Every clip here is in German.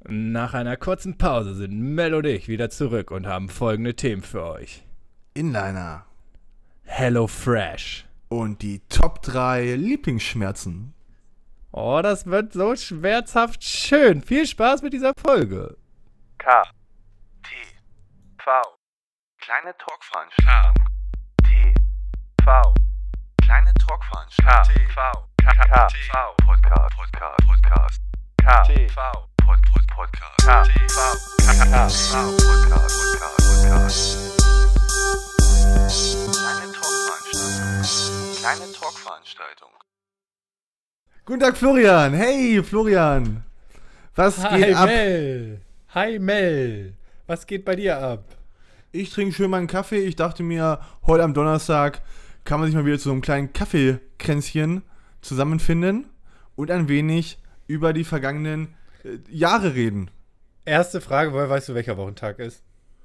Nach einer kurzen Pause sind Mel und ich wieder zurück und haben folgende Themen für euch. Inliner. Hello Fresh. Und die Top 3 Lieblingsschmerzen. Oh, das wird so schmerzhaft schön. Viel Spaß mit dieser Folge. K. T. V. Kleine Talkveranstaltung. T. V. Kleine Talkveranstaltung. T. V. K. T. V. Podcast. K. T. V. Podcast. K. T. V. Podcast. Kleine Talkveranstaltung. Guten Tag, Florian. Hey, Florian. Was geht ab? Hi Mel. Was geht bei dir ab? Ich trinke schön meinen Kaffee. Ich dachte mir, heute am Donnerstag kann man sich mal wieder zu so einem kleinen Kaffeekränzchen zusammenfinden und ein wenig über die vergangenen Jahre reden. Erste Frage, woher weißt du, welcher Wochentag ist?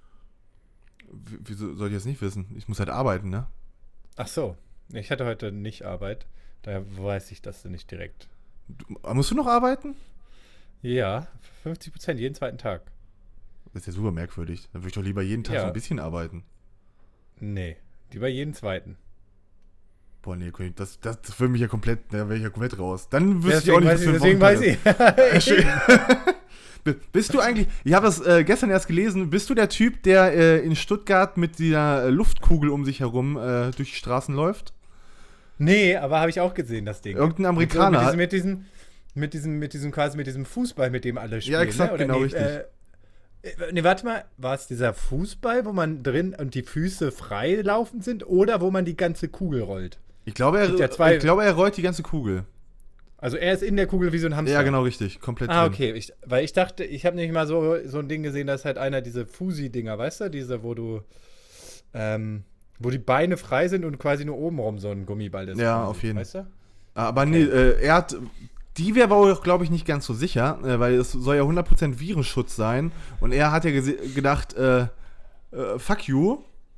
Wieso soll ich das nicht wissen? Ich muss halt arbeiten, ne? Ach so, ich hatte heute nicht Arbeit. Daher weiß ich das nicht direkt. Musst du noch arbeiten? Ja, 50% jeden zweiten Tag. Das ist ja super merkwürdig. Dann würde ich doch lieber jeden Tag so ein bisschen arbeiten. Nee, lieber jeden zweiten. Boah, nee, das würde mich ja komplett, da wäre ich ja komplett raus. Dann wüsste ich auch nicht, was für ein Deswegen Wochentag weiß ich. Bist du eigentlich, ich habe das gestern erst gelesen, bist du der Typ, der in Stuttgart mit dieser Luftkugel um sich herum durch die Straßen läuft? Nee, aber habe ich auch gesehen, das Ding. Irgendein Amerikaner. Mit diesem Fußball, mit dem alle spielen. Ja, exakt, ne? Oder genau, nee, richtig. Nee, warte mal, war es dieser Fußball, wo man drin und die Füße frei laufend sind oder wo man die ganze Kugel rollt? Ich glaube, er rollt die ganze Kugel. Also er ist in der Kugel wie so ein Hamster. Ja, genau, richtig. Komplett Ah, drin. okay. Weil ich dachte, ich habe nämlich mal so ein Ding gesehen, dass halt einer diese Fusi-Dinger, weißt du? Diese, wo die Beine frei sind und quasi nur obenrum so ein Gummiball ist. Ja, quasi, auf jeden Fall. Weißt du? Aber nee, er hat, die wäre aber auch, glaube ich, nicht ganz so sicher, weil es soll ja 100% Virenschutz sein. Und er hat ja gedacht, fuck you.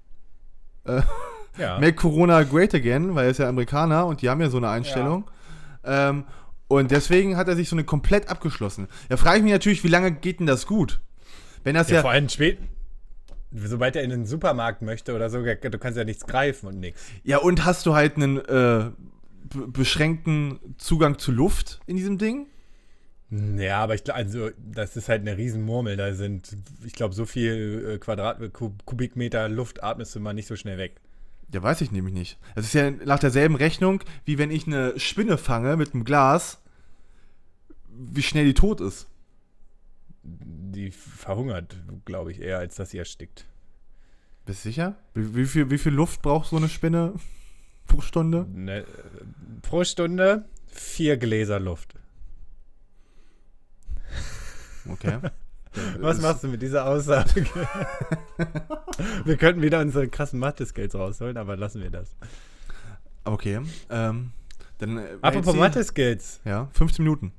Ja. Make Corona great again, weil er ist ja Amerikaner und die haben ja so eine Einstellung. Ja. Und deswegen hat er sich so eine komplett abgeschlossen. Da frage ich mich natürlich, wie lange geht denn das gut? Wenn das Vor allem sobald er in den Supermarkt möchte oder so, du kannst ja nichts greifen und nichts. Ja, und hast du halt einen beschränkten Zugang zu Luft in diesem Ding? Ja, aber das ist halt eine Riesenmurmel. Da sind, ich glaube, so viel Kubikmeter Luft atmest du mal nicht so schnell weg. Ja, weiß ich nämlich nicht. Das ist ja nach derselben Rechnung, wie wenn ich eine Spinne fange mit einem Glas, wie schnell die tot ist. Die verhungert, glaube ich, eher, als dass sie erstickt. Bist du sicher? Wie viel Luft braucht so eine Spinne pro Stunde? Pro Stunde 4 Gläser Luft. Okay. Was machst du mit dieser Aussage? Wir könnten wieder unsere krassen Mathe-Skills rausholen, aber lassen wir das. Okay. Dann apropos Mathe-Skills. Ja, 15 Minuten.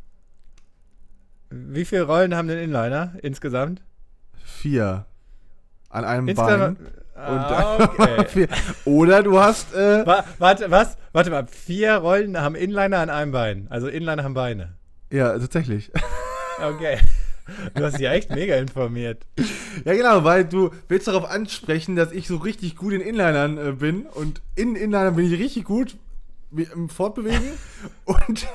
Wie viele Rollen haben denn Inliner insgesamt? 4. An einem insgesamt, Bein. Okay. Oder du hast. Warte mal. 4 Rollen haben Inliner an einem Bein. Also Inliner haben Beine. Ja, tatsächlich. Okay. Du hast dich ja echt mega informiert. Ja, genau, weil du willst darauf ansprechen, dass ich so richtig gut in Inlinern bin. Und in Inlinern bin ich richtig gut im Fortbewegen. Und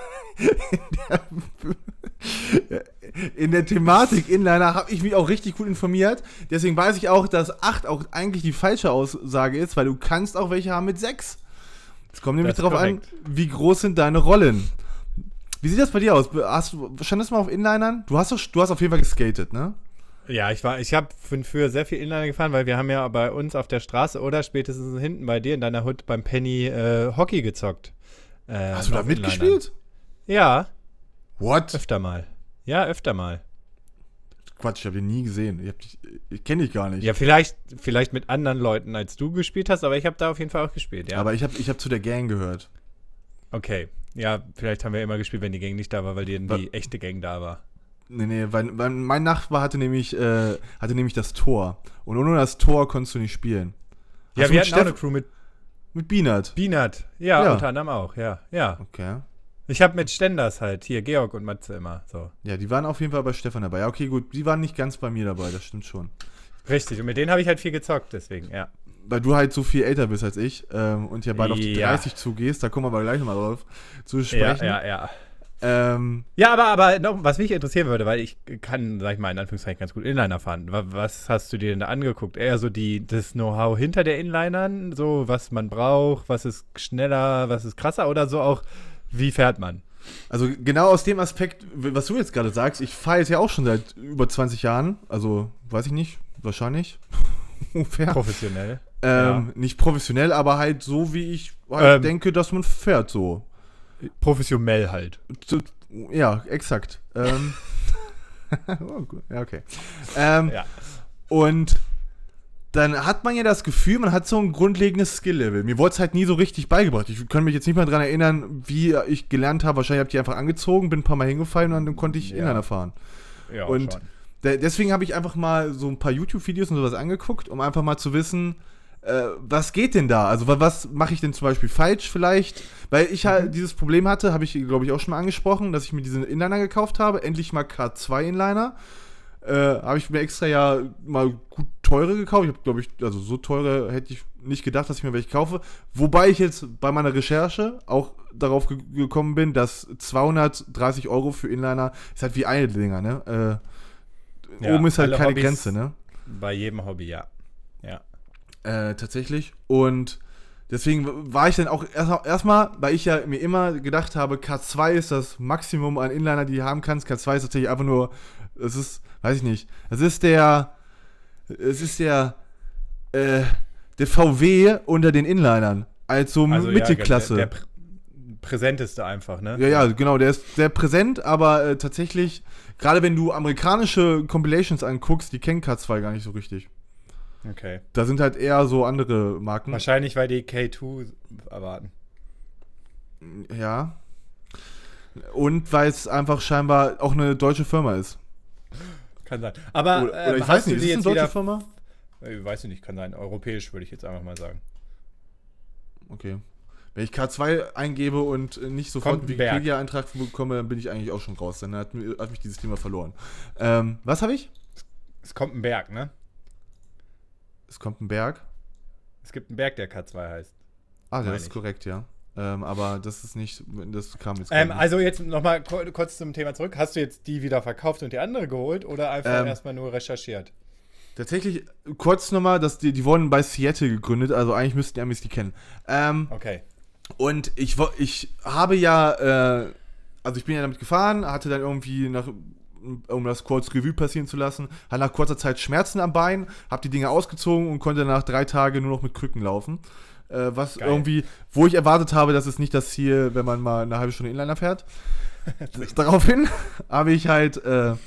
in der Thematik Inliner habe ich mich auch richtig gut informiert. Deswegen weiß ich auch, dass 8 auch eigentlich die falsche Aussage ist, weil du kannst auch welche haben mit 6. Es kommt nämlich darauf an, wie groß sind deine Rollen. Wie sieht das bei dir aus? Standest du mal auf Inlinern? Du hast auf jeden Fall geskatet, ne? Ja, ich habe früher sehr viel Inliner gefahren, weil wir haben ja bei uns auf der Straße oder spätestens hinten bei dir in deiner Hut beim Penny Hockey gezockt. Hast du da mitgespielt? Ja. What? Öfter mal. Ja, öfter mal. Quatsch, ich habe den nie gesehen. Ich kenne dich gar nicht. Ja, vielleicht mit anderen Leuten, als du gespielt hast, aber ich habe da auf jeden Fall auch gespielt, ja. Aber ich hab zu der Gang gehört. Okay. Ja, vielleicht haben wir immer gespielt, wenn die Gang nicht da war, weil die echte Gang da war. Nee, weil mein Nachbar hatte nämlich das Tor. Und ohne das Tor konntest du nicht spielen. Ja, wir hatten auch eine Crew mit Mit Bienert. Bienert. Ja, unter anderem auch, ja. Okay. Ich habe mit Stenders halt, hier, Georg und Matze immer, so. Ja, die waren auf jeden Fall bei Stefan dabei. Ja, okay, gut, die waren nicht ganz bei mir dabei, das stimmt schon. Richtig, und mit denen habe ich halt viel gezockt, deswegen, ja. Weil du halt so viel älter bist als ich und ja bald auf die 30 zugehst, da kommen wir aber gleich nochmal drauf zu sprechen. Ja. Ja, aber noch, was mich interessieren würde, weil ich kann, sag ich mal, in Anführungszeichen ganz gut Inliner fahren. Was hast du dir denn da angeguckt? Eher so das Know-how hinter der Inlinern, so was man braucht, was ist schneller, was ist krasser oder so auch, wie fährt man? Also genau aus dem Aspekt, was du jetzt gerade sagst, ich fahre jetzt ja auch schon seit über 20 Jahren, also weiß ich nicht, wahrscheinlich. Ungefähr. Professionell. Nicht professionell, aber halt so, wie ich halt denke, dass man fährt, so. Professionell halt. Ja, exakt. Ja, okay. Ja. Und dann hat man ja das Gefühl, man hat so ein grundlegendes Skill-Level. Mir wurde es halt nie so richtig beigebracht. Ich kann mich jetzt nicht mehr daran erinnern, wie ich gelernt habe. Wahrscheinlich habe ich die einfach angezogen, bin ein paar Mal hingefallen und dann konnte ich Inliner fahren. Ja, und schon. Deswegen habe ich einfach mal so ein paar YouTube-Videos und sowas angeguckt, um einfach mal zu wissen, was geht denn da? Also was mache ich denn zum Beispiel falsch vielleicht? Weil ich halt dieses Problem hatte, habe ich, glaube ich, auch schon mal angesprochen, dass ich mir diesen Inliner gekauft habe. Endlich mal K2-Inliner. Habe ich mir extra ja mal gut teure gekauft. Ich habe, glaube ich, also so teure hätte ich nicht gedacht, dass ich mir welche kaufe. Wobei ich jetzt bei meiner Recherche auch darauf gekommen bin, dass 230 € für Inliner ist halt wie eine Dinger, ne? Oben ist halt keine Grenze, ne? Bei jedem Hobby, ja. Ja. Tatsächlich. Und deswegen war ich dann auch erstmal, weil ich ja mir immer gedacht habe, K2 ist das Maximum an Inliner, die du haben kannst. K2 ist tatsächlich einfach nur, es ist, weiß ich nicht, es ist der VW unter den Inlinern. Als so Mittelklasse. Der präsenteste einfach, ne? Ja, genau, der ist sehr präsent, aber tatsächlich, gerade wenn du amerikanische Compilations anguckst, die kennen K2 gar nicht so richtig. Okay. Da sind halt eher so andere Marken. Wahrscheinlich, weil die K2 erwarten. Ja. Und weil es einfach scheinbar auch eine deutsche Firma ist. Kann sein. Aber oder ich weiß nicht, ist es eine deutsche Firma? Weiß ich nicht, kann sein. Europäisch würde ich jetzt einfach mal sagen. Okay. Wenn ich K2 eingebe und nicht sofort einen Wikipedia-Eintrag bekomme, dann bin ich eigentlich auch schon raus. Dann hat mich dieses Thema verloren. Was habe ich? Es kommt ein Berg, ne? Es kommt ein Berg? Es gibt einen Berg, der K2 heißt. Ah, das ist korrekt, ja. Aber das ist nicht, das kam jetzt also jetzt nochmal kurz zum Thema zurück. Hast du jetzt die wieder verkauft und die andere geholt oder einfach erstmal nur recherchiert? Tatsächlich, kurz nochmal, die wurden bei Seattle gegründet, also eigentlich müssten die Amis die kennen. Okay. Und ich habe ja, also ich bin ja damit gefahren, hatte dann irgendwie um das kurz Revue passieren zu lassen, hatte nach kurzer Zeit Schmerzen am Bein, habe die Dinge ausgezogen und konnte nach 3 Tagen nur noch mit Krücken laufen. Was geil. Irgendwie, wo ich erwartet habe, das ist nicht das Ziel, wenn man mal eine halbe Stunde Inliner fährt. Daraufhin habe ich halt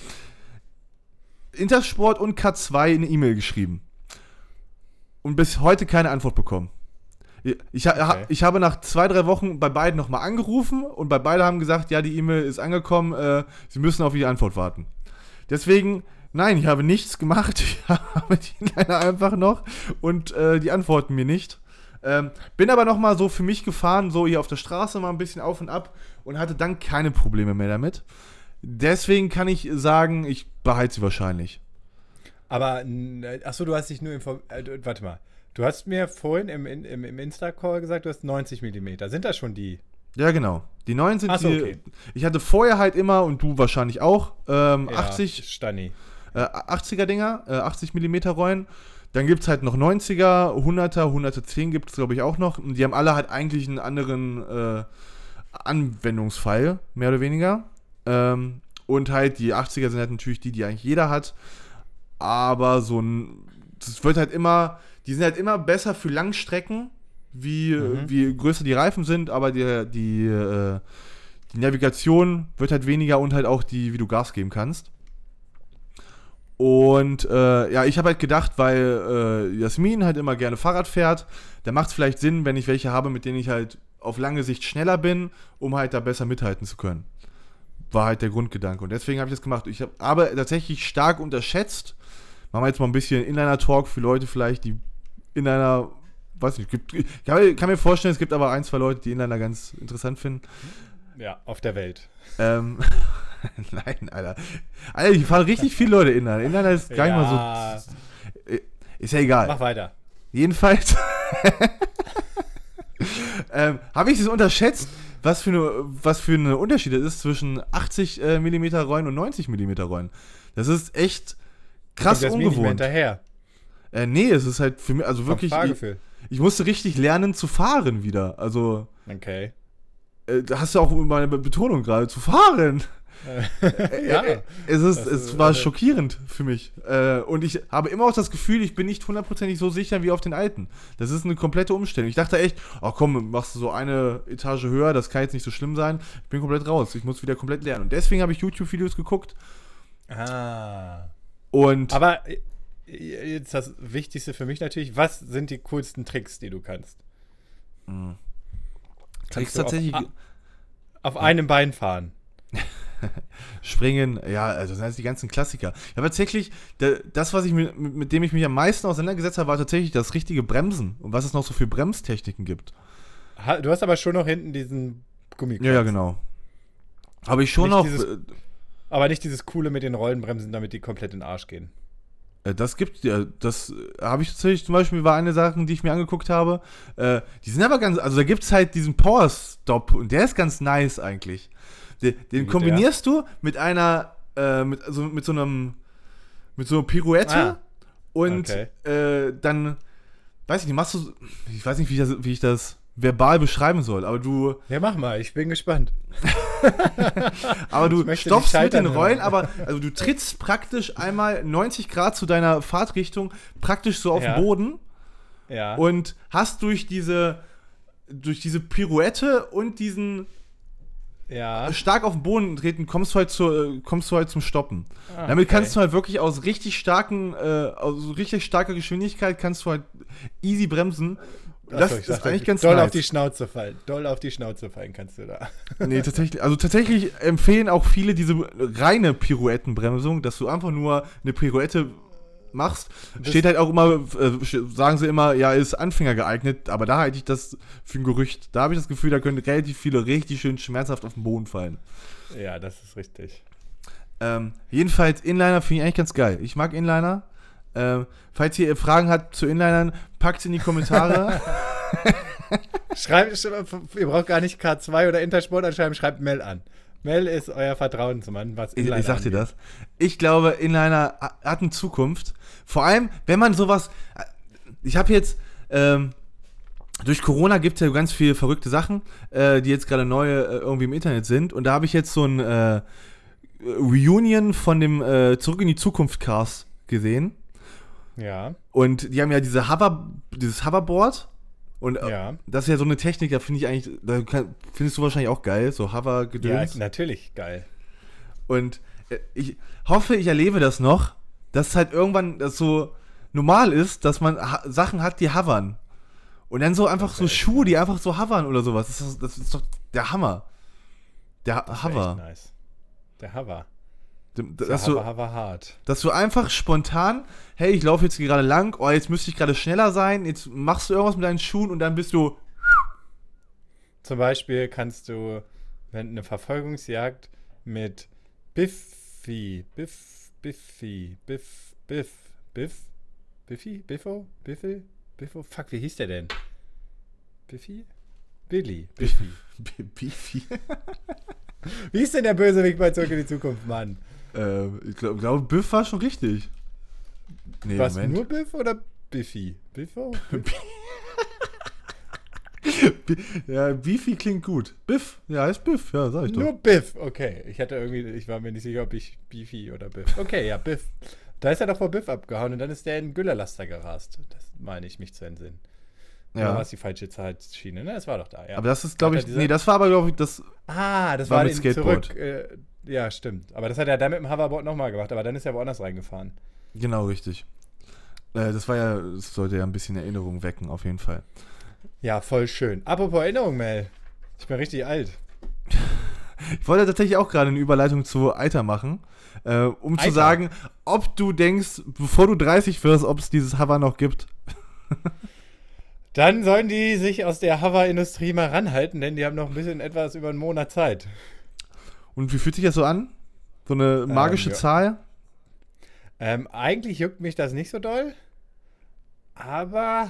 Intersport und K2 eine E-Mail geschrieben. Und bis heute keine Antwort bekommen. Ich habe nach 2-3 Wochen bei beiden nochmal angerufen und bei beiden haben gesagt, ja, die E-Mail ist angekommen, sie müssen auf die Antwort warten. Deswegen, nein, ich habe nichts gemacht, ich habe die leider einfach noch und die antworten mir nicht. Bin aber nochmal so für mich gefahren, so hier auf der Straße mal ein bisschen auf und ab und hatte dann keine Probleme mehr damit. Deswegen kann ich sagen, ich behalte sie wahrscheinlich. Aber, achso, du hast dich nur warte mal. Du hast mir vorhin im Insta-Call gesagt, du hast 90 mm. Sind das schon die? Ja, genau. Die neuen sind die. Okay. Ich hatte vorher halt immer, und du wahrscheinlich auch, 80 Stani. 80er Dinger, 80 mm Rollen. Dann gibt es halt noch 90er, 100er, 110 gibt es, glaube ich, auch noch. Und die haben alle halt eigentlich einen anderen Anwendungsfall, mehr oder weniger. Und halt die 80er sind halt natürlich die eigentlich jeder hat. Aber das wird halt immer, die sind halt immer besser für Langstrecken, wie größer die Reifen sind, aber die Navigation wird halt weniger und halt auch wie du Gas geben kannst. Und ja, ich habe halt gedacht, weil Jasmin halt immer gerne Fahrrad fährt, da macht es vielleicht Sinn, wenn ich welche habe, mit denen ich halt auf lange Sicht schneller bin, um halt da besser mithalten zu können. War halt der Grundgedanke. Und deswegen habe ich das gemacht. Ich habe aber tatsächlich stark unterschätzt. Machen wir jetzt mal ein bisschen Inliner-Talk für Leute vielleicht, die Inliner, weiß nicht, kann mir vorstellen, es gibt aber 1, 2 Leute, die Inliner ganz interessant finden. Ja, auf der Welt. Nein, Alter. Alter, die fahren richtig viele Leute Inliner. Inliner ist gar nicht mal so. Ist ja egal. Mach weiter. Jedenfalls habe ich es unterschätzt, was für eine Unterschied das ist zwischen 80 mm Rollen und 90 mm Rollen. Das ist echt krass Kommt das mir nicht mehr ungewohnt. hinterher. Nee, es ist halt für mich, also wirklich, Fahrgefühl. ich musste richtig lernen zu fahren wieder. Also, Okay. da hast du auch meine Betonung gerade, zu fahren. Ja. Es war schockierend für mich. Und ich habe immer auch das Gefühl, ich bin nicht hundertprozentig so sicher wie auf den alten. Das ist eine komplette Umstellung. Ich dachte echt, ach komm, machst du so eine Etage höher, das kann jetzt nicht so schlimm sein. Ich bin komplett raus. Ich muss wieder komplett lernen. Und deswegen habe ich YouTube-Videos geguckt. Und Aber jetzt das Wichtigste für mich natürlich, was sind die coolsten Tricks, die du kannst? Tricks Kannst du tatsächlich. Auf einem Bein fahren. Springen, ja, also das sind jetzt die ganzen Klassiker. Ja, aber tatsächlich, das, was ich mit dem ich mich am meisten auseinandergesetzt habe, war tatsächlich das richtige Bremsen und was es noch so für Bremstechniken gibt. Du hast aber schon noch hinten diesen Gummiklotz. Ja, genau. Habe ich schon Nicht noch. Aber nicht dieses Coole mit den Rollenbremsen, damit die komplett in den Arsch gehen. Das gibt ja, das habe ich tatsächlich zum Beispiel, war eine Sache, die ich mir angeguckt habe. Die sind aber ganz, also da gibt es halt diesen Power Stop und der ist ganz nice eigentlich. Den kombinierst du mit einer, mit so einer Pirouette und dann, weiß ich nicht, machst du, ich weiß nicht, wie ich das verbal beschreiben soll, aber du. Ja, mach mal, ich bin gespannt. Aber du stoppst mit den Rollen, aber also du trittst praktisch einmal 90 Grad zu deiner Fahrtrichtung praktisch so auf den Boden und hast durch diese Pirouette und diesen stark auf den Boden treten, kommst du halt zum Stoppen. Damit kannst du halt wirklich aus richtig starker Geschwindigkeit kannst du halt easy bremsen. Das ist eigentlich ganz doll nice. auf die Schnauze fallen. Doll auf die Schnauze fallen kannst du da. Nee, tatsächlich empfehlen auch viele diese reine Pirouettenbremsung, dass du einfach nur eine Pirouette machst. Steht halt auch immer, sagen sie immer, ja, ist Anfänger geeignet, aber da halte ich das für ein Gerücht. Da habe ich das Gefühl, da können relativ viele richtig schön schmerzhaft auf den Boden fallen. Ja, das ist richtig. Jedenfalls, Inliner finde ich eigentlich ganz geil. Ich mag Inliner. Falls ihr Fragen habt zu Inlinern, packt sie in die Kommentare. Ihr braucht gar nicht K2 oder Intersport anschreiben, schreibt Mel an. Mel ist euer Vertrauensmann, was Inliner Ich sag dir das. Ich glaube, Inliner hat eine Zukunft. Vor allem, wenn man sowas. Ich habe jetzt. Durch Corona gibt es ja ganz viele verrückte Sachen, die jetzt gerade neu irgendwie im Internet sind. Und da habe ich jetzt so ein Reunion von dem Zurück in die Zukunft Cast gesehen. Ja. Und die haben ja dieses Hoverboard. Und das ist ja so eine Technik, da finde ich eigentlich, findest du wahrscheinlich auch geil, so Hover-Gedöns. Ja, natürlich geil. Und ich hoffe, ich erlebe das noch, dass es halt irgendwann das so normal ist, dass man Sachen hat, die hovern. Und dann so einfach so Schuhe, die einfach so hovern oder sowas. Das ist doch der Hammer. Der Hover. Echt nice. Der Hover. Hover hart. Dass du einfach spontan, hey, ich laufe jetzt hier gerade lang, oh, jetzt müsste ich gerade schneller sein, jetzt machst du irgendwas mit deinen Schuhen und dann bist du. Zum Beispiel kannst du, wenn eine Verfolgungsjagd mit Biffy, fuck, wie hieß der denn? Biffy? Billy. Biffy. Wie ist denn der Bösewicht bei Zurück in die Zukunft, Mann? Ich glaube, Biff war schon richtig. Nee, was, nur Biff oder Biffy? Biffo? Ja, Biffy klingt gut. Biff, ja, ist Biff, ja, sag ich doch. Nur Biff, okay. Ich war mir nicht sicher, ob ich Biffy oder Biff. Okay, ja, Biff. Da ist er doch vor Biff abgehauen und dann ist der in Güllerlaster gerast. Das meine ich, mich zu entsinnen. Ja. Oder war es die falsche Zeitschiene? Ne, es war doch da, ja. Aber das ist, glaube ich, das war aber, glaube ich, das. Das war mit Skateboard. Zurück. Ja, stimmt. Aber das hat er dann mit dem Hoverboard nochmal gemacht, aber dann ist er woanders reingefahren. Genau, richtig. Das sollte ja ein bisschen Erinnerung wecken, auf jeden Fall. Ja, voll schön. Apropos Erinnerung, Mel. Ich bin richtig alt. Ich wollte tatsächlich auch gerade eine Überleitung zu Alter machen, um zu sagen, ob du denkst, bevor du 30 wirst, ob es dieses Hover noch gibt. Dann sollen die sich aus der Hover-Industrie mal ranhalten, denn die haben noch ein bisschen etwas über einen Monat Zeit. Und wie fühlt sich das so an? So eine magische ja. Zahl? Eigentlich juckt mich das nicht so doll, aber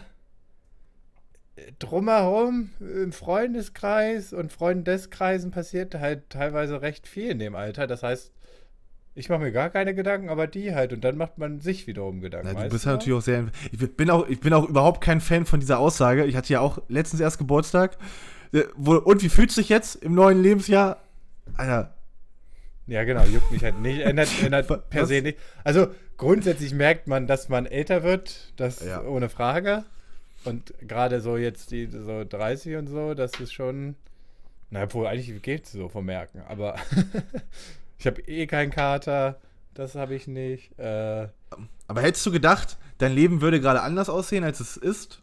drumherum im Freundeskreis und Freundeskreisen passiert halt teilweise recht viel in dem Alter. Das heißt, ich mache mir gar keine Gedanken, aber die halt. Und dann macht man sich wiederum Gedanken. Ja, du weißt bist du ja noch? natürlich auch sehr. Ich bin auch überhaupt kein Fan von dieser Aussage. Ich hatte ja auch letztens erst Geburtstag. Und wie fühlt es sich jetzt im neuen Lebensjahr? Alter. Ja, genau, juckt mich halt nicht. Ändert per Was? se nicht. Also grundsätzlich merkt man, dass man älter wird, das Ja. ohne Frage. Und gerade so jetzt die so 30 und so, das ist schon. Na, obwohl eigentlich geht es so vom Merken, aber ich habe eh keinen Kater, das habe ich nicht. Aber hättest du gedacht, dein Leben würde gerade anders aussehen, als es ist?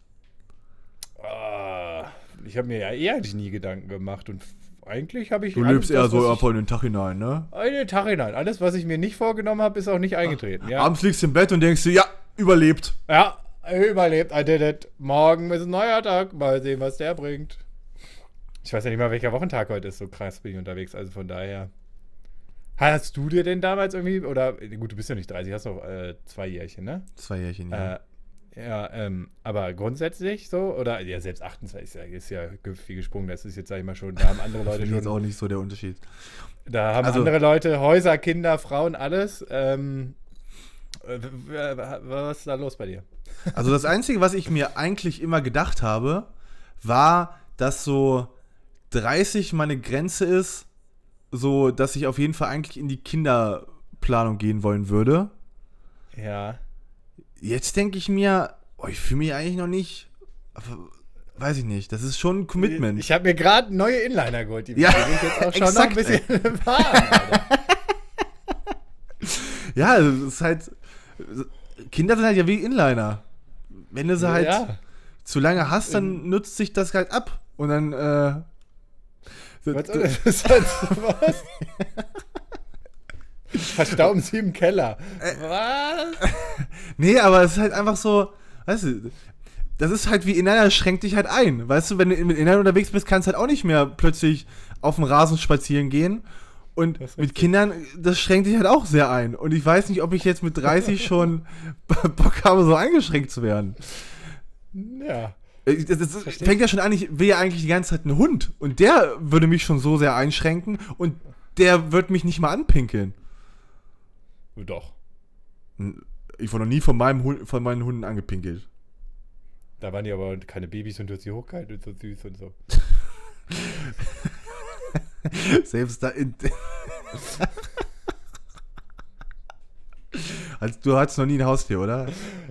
Ich habe mir ja eh eigentlich nie Gedanken gemacht und eigentlich habe ich. Du alles lebst eher das, so was einfach in den Tag hinein, ne? in den Tag hinein. Alles, was ich mir nicht vorgenommen habe, ist auch nicht eingetreten. Ja. Abends liegst du im Bett und denkst dir, ja, überlebt. Ja, überlebt, I did it. Morgen ist ein neuer Tag, mal sehen, was der bringt. Ich weiß ja nicht mal, welcher Wochentag heute ist, so krass bin ich unterwegs, also von daher. Hast du dir denn damals irgendwie, oder, gut, du bist ja nicht 30, hast noch 2 Jährchen, ne? 2 Jährchen, ja. Aber grundsätzlich so, oder, ja, selbst 28 ist ja viel gesprungen, das ist jetzt, sag ich mal schon, da haben andere Leute Finde ich jetzt schon, auch nicht so der Unterschied. da haben Also- andere Leute Häuser, Kinder, Frauen, alles. Was ist da los bei dir? Also das Einzige, was ich mir eigentlich immer gedacht habe, war, dass so 30 meine Grenze ist, so dass ich auf jeden Fall eigentlich in die Kinderplanung gehen wollen würde. Ja. Jetzt denke ich mir, ich fühle mich eigentlich noch nicht, aber weiß ich nicht, das ist schon ein Commitment. Ich habe mir gerade neue Inliner geholt. Die Ja, sind jetzt auch schon noch ein exakt, bisschen warm. Alter. Ja, es ist halt, Kinder sind halt ja wie Inliner. Wenn du sie halt Ja. zu lange hast, dann nutzt sich das halt ab. Und dann, Was? Verstauben sie im Keller. Was? nee, aber es ist halt einfach so, weißt du, das ist halt wie Inliner, schränkt dich halt ein. Weißt du, wenn du mit Inliner unterwegs bist, kannst du halt auch nicht mehr plötzlich auf dem Rasen spazieren gehen. Und Das ist mit richtig. Kindern, das schränkt dich halt auch sehr ein. Und ich weiß nicht, ob ich jetzt mit 30 schon Bock habe, so eingeschränkt zu werden. Ja. Das Verstehe. fängt ja schon an, ich will ja eigentlich die ganze Zeit einen Hund. Und der würde mich schon so sehr einschränken und der wird mich nicht mal anpinkeln. Doch. Ich wurde noch nie von meinen Hunden angepinkelt. Da waren die aber keine Babys und du hast sie hochgehalten und so süß und so. Selbst da in. Also, du hattest noch nie ein Haustier, oder?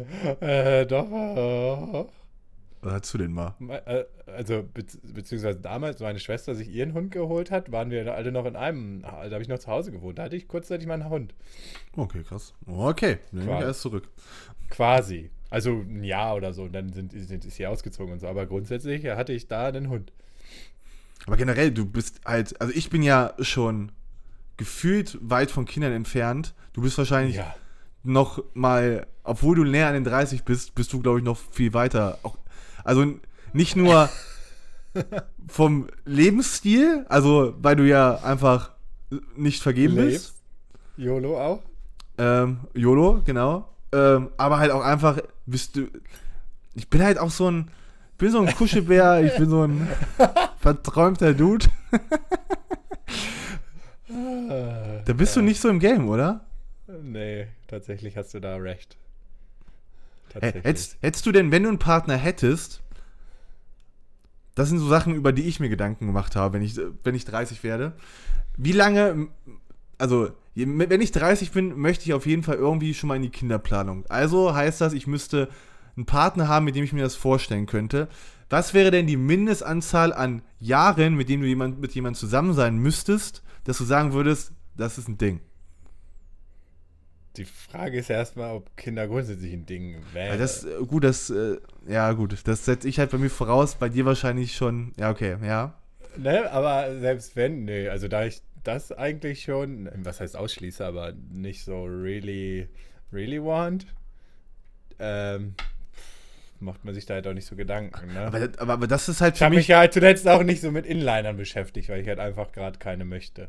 Doch. Oder hattest du den mal? Also, beziehungsweise damals, als meine Schwester sich ihren Hund geholt hat, waren wir alle noch in einem, da habe ich noch zu Hause gewohnt. Da hatte ich kurzzeitig meinen Hund. Okay, krass. Okay, nehme ich Quasi. erst zurück. Quasi. Also ein Jahr oder so. Und dann ist sie ausgezogen und so. Aber grundsätzlich hatte ich da einen Hund. Aber generell, du bist halt, also ich bin ja schon gefühlt weit von Kindern entfernt. Du bist wahrscheinlich Ja. noch mal, obwohl du näher an den 30 bist, bist du, glaube ich, noch viel weiter. Auch, also nicht nur vom Lebensstil, also weil du ja einfach nicht vergeben bist. YOLO auch? YOLO, genau. Aber halt auch einfach bist du. Ich bin halt auch so ein Kuschelbär, ich bin so ein verträumter Dude. Da bist du nicht so im Game, oder? Nee, tatsächlich hast du da recht. Hättest du denn, wenn du einen Partner hättest, das sind so Sachen, über die ich mir Gedanken gemacht habe, wenn ich 30 werde. Wie lange, also wenn ich 30 bin, möchte ich auf jeden Fall irgendwie schon mal in die Kinderplanung. Also heißt das, ich müsste einen Partner haben, mit dem ich mir das vorstellen könnte. Was wäre denn die Mindestanzahl an Jahren, mit dem du mit jemandem zusammen sein müsstest, dass du sagen würdest, das ist ein Ding? Die Frage ist ja erstmal, ob Kinder grundsätzlich ein Ding wären. Ja, das setze ich halt bei mir voraus, bei dir wahrscheinlich schon, ja, okay, ja. Ne, aber selbst wenn, nee, also da ich das eigentlich schon, was heißt ausschließe, aber nicht so really want, macht man sich da halt auch nicht so Gedanken, ne? Aber das ist halt Ich für habe mich mich. ja halt zuletzt auch nicht so mit Inlinern beschäftigt, weil ich halt einfach gerade keine möchte.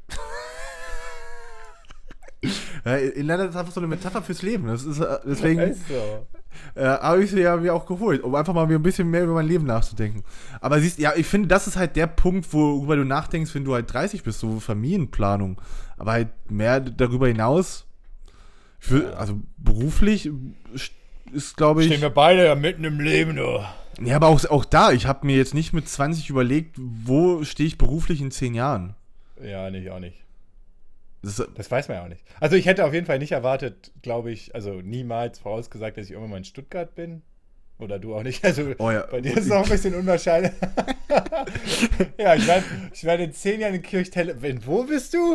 Ja, Inliner ist einfach so eine Metapher fürs Leben. Das ist, deswegen Ist so. habe ich sie ja mir auch geholt, um einfach mal mir ein bisschen mehr über mein Leben nachzudenken. Aber siehst, ja, ich finde, das ist halt der Punkt, worüber du nachdenkst, wenn du halt 30 bist, so Familienplanung. Aber halt mehr darüber hinaus, also beruflich ist, glaube ich. Stehen wir beide ja mitten im Leben, du. Ja, aber auch da, ich habe mir jetzt nicht mit 20 überlegt, wo stehe ich beruflich in 10 Jahren. Ja, nicht, auch nicht. Das, Das weiß man ja auch nicht. Also ich hätte auf jeden Fall nicht erwartet, glaube ich, also niemals vorausgesagt, dass ich irgendwann mal in Stuttgart bin. Oder du auch nicht. Also oh ja. bei dir ist es auch ein bisschen unwahrscheinlich. Ja, ich werde in 10 Jahren in Kirchtelle. Wo bist du?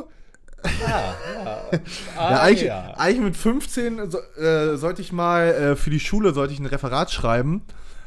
Ja, eigentlich mit 15 sollte ich mal für die Schule ein Referat schreiben.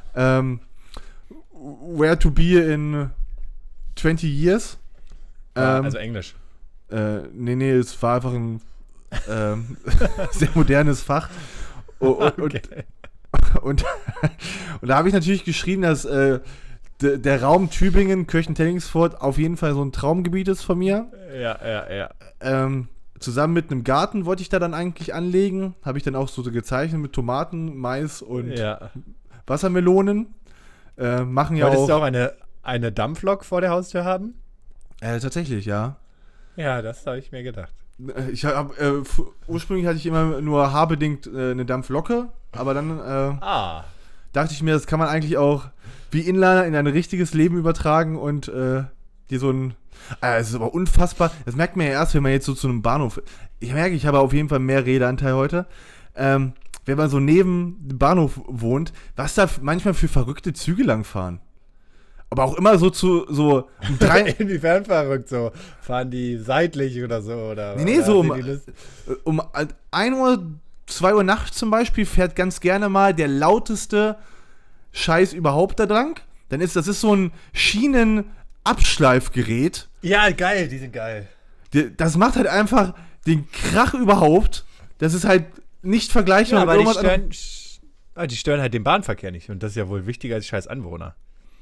Where to be in 20 years. Also Englisch. Nee, es war einfach ein sehr modernes Fach. Okay. Und da habe ich natürlich geschrieben, dass der Raum Tübingen, Kirchentell-Dingsfurt auf jeden Fall so ein Traumgebiet ist von mir. Ja. Zusammen mit einem Garten wollte ich da dann eigentlich anlegen. Habe ich dann auch so gezeichnet mit Tomaten, Mais und Wassermelonen. Machen ja Wolltest auch. du auch eine Dampflok vor der Haustür haben? Tatsächlich, ja. Ja, das habe ich mir gedacht. Ich ursprünglich hatte ich immer nur haarbedingt eine Dampflocke, aber dann dachte ich mir, das kann man eigentlich auch wie Inliner in ein richtiges Leben übertragen und dir so ein. Es ist aber unfassbar. Das merkt man ja erst, wenn man jetzt so zu einem Bahnhof. Ich merke, ich habe auf jeden Fall mehr Redeanteil heute. Wenn man so neben dem Bahnhof wohnt, was da manchmal für verrückte Züge langfahren. Aber auch immer so um 3. Inwiefern verrückt so? Fahren die seitlich oder so? Oder, Nee, oder so um 1 Uhr, 2 Uhr nachts zum Beispiel fährt ganz gerne mal der lauteste Scheiß überhaupt da dran. Das ist so ein Schienenabschleifgerät. Ja, geil, die sind geil. Das macht halt einfach den Krach überhaupt. Das ist halt nicht vergleichbar Ja, mit aber irgendwas die stören halt den Bahnverkehr nicht. Und das ist ja wohl wichtiger als scheiß Anwohner.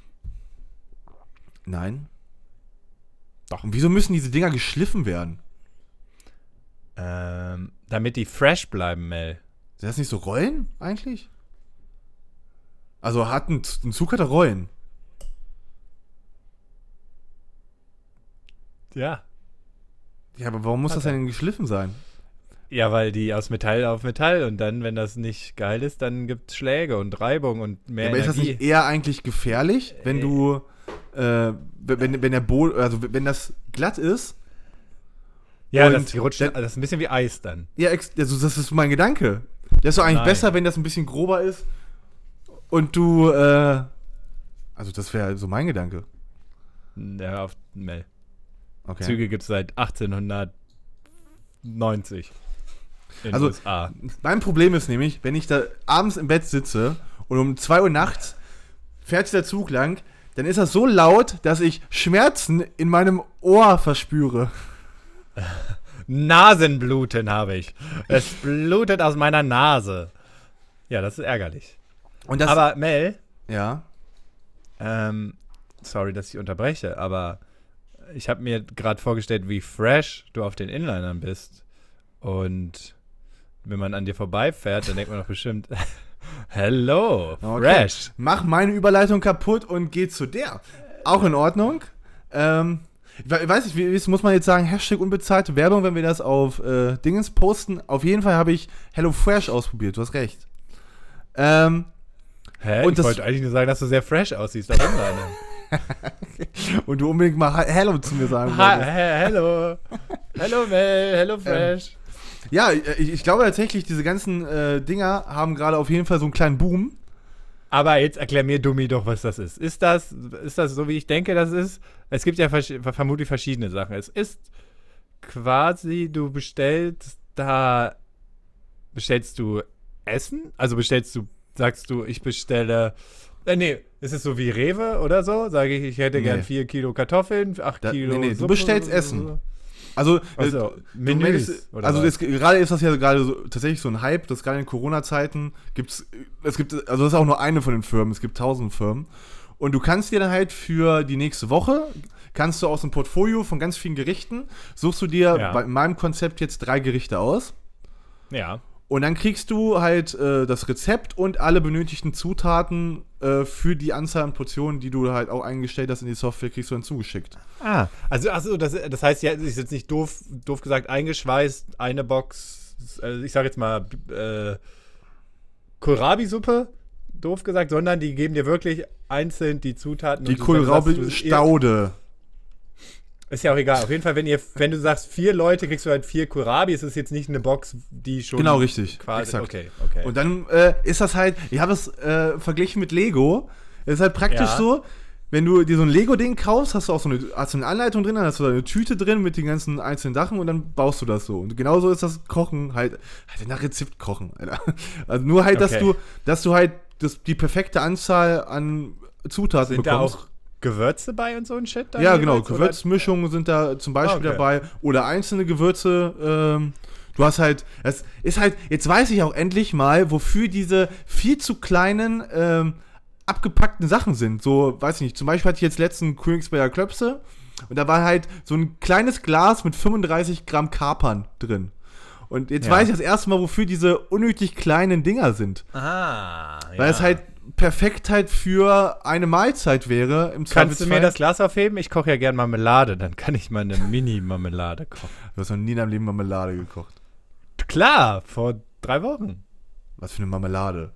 Nein. Doch. Und wieso müssen diese Dinger geschliffen werden? Damit die fresh bleiben, Mel. Sind das nicht so Rollen eigentlich? Also ein Zug hat Rollen. Ja. Ja, aber warum muss das denn geschliffen sein? Ja, weil die aus Metall auf Metall und dann, wenn das nicht geil ist, dann gibt's Schläge und Reibung und mehr Aber ist das Energie. nicht eher eigentlich gefährlich, wenn du wenn der Boden, also wenn das glatt ist? Ja, und das ist ein bisschen wie Eis dann. Ja, also das ist mein Gedanke. Das ist doch eigentlich Nein. besser, wenn das ein bisschen grober ist und du, also das wäre so mein Gedanke. Ja, auf Mel. Okay. Züge gibt's seit 1890 in Also, den USA. Mein Problem ist nämlich, wenn ich da abends im Bett sitze und um 2 Uhr nachts fährt der Zug lang, dann ist das so laut, dass ich Schmerzen in meinem Ohr verspüre. Nasenbluten habe ich. Es blutet aus meiner Nase. Ja, das ist ärgerlich. Und das, Aber Mel, ja. sorry, dass ich unterbreche, aber ich habe mir gerade vorgestellt, wie fresh du auf den Inlinern bist. Und wenn man an dir vorbeifährt, dann denkt man doch bestimmt, hello, fresh. Okay. Mach meine Überleitung kaputt und geh zu der. Auch in Ordnung. Ich weiß nicht, wie muss man jetzt sagen, Hashtag unbezahlte Werbung, wenn wir das auf Dingens posten. Auf jeden Fall habe ich HelloFresh ausprobiert, du hast recht. Hä? Und ich wollte eigentlich nur sagen, dass du sehr fresh aussiehst auf Inlinern. Und du unbedingt mal Hello zu mir sagen wolltest. Hello. Hello Mel, hello fresh. Ja, ich glaube tatsächlich, diese ganzen Dinger haben gerade auf jeden Fall so einen kleinen Boom. Aber jetzt erklär mir, Dummi, doch, was das ist. Ist das so, wie ich denke, das ist? Es gibt ja vermutlich verschiedene Sachen. Es ist quasi, du bestellst du Essen? Also sagst du, ich bestelle, nee, ist es so wie Rewe oder so? Sage ich hätte gern 4 Kilo Kartoffeln, 8 Kilo Nee, du Suppe, bestellst Essen. Also, Menüs, oder also was? gerade ist das ja gerade so, tatsächlich so ein Hype, dass gerade in Corona-Zeiten also das ist auch nur eine von den Firmen, es gibt 1000 Firmen. Und du kannst dir dann halt für die nächste Woche, kannst du aus einem Portfolio von ganz vielen Gerichten, suchst du dir in meinem Konzept jetzt 3 Gerichte aus. Ja. Und dann kriegst du halt das Rezept und alle benötigten Zutaten für die Anzahl an Portionen, die du halt auch eingestellt hast in die Software, kriegst du dann zugeschickt. Also das heißt, ja, ist jetzt nicht doof gesagt eingeschweißt, eine Box, ich sag jetzt mal Kohlrabi-Suppe, doof gesagt, sondern die geben dir wirklich einzeln die Zutaten. Die Kohlrabi-Staude. Ist ja auch egal. Auf jeden Fall, wenn du sagst 4 Leute, kriegst du halt 4 Kohlrabi. Es ist jetzt nicht eine Box, die schon genau, richtig. Quasi, exakt. Okay. Und dann ist das halt, ich habe es verglichen mit Lego. Es ist halt praktisch so, wenn du dir so ein Lego-Ding kaufst, hast du auch hast du eine Anleitung drin, dann hast du da eine Tüte drin mit den ganzen einzelnen Sachen und dann baust du das so. Und genauso ist das Kochen halt nach Rezept kochen, Alter. Also nur halt, dass du halt die perfekte Anzahl an Zutaten Sind bekommst. Da auch Gewürze bei und so ein Shit? Ja, genau. Gewürzmischungen sind da zum Beispiel dabei. Oder einzelne Gewürze. Du hast halt, das ist halt, jetzt weiß ich auch endlich mal, wofür diese viel zu kleinen, abgepackten Sachen sind. So, weiß ich nicht, zum Beispiel hatte ich jetzt letzten Königsberger Klöpse und da war halt so ein kleines Glas mit 35 Gramm Kapern drin. Und jetzt weiß ich das erste Mal, wofür diese unnötig kleinen Dinger sind. Weil es halt perfekt halt für eine Mahlzeit wäre. Kannst du mir das Glas aufheben? Ich koche ja gern Marmelade, dann kann ich mal eine Mini-Marmelade kochen. Du hast noch nie in deinem Leben Marmelade gekocht. Klar, vor 3 Wochen. Was für eine Marmelade?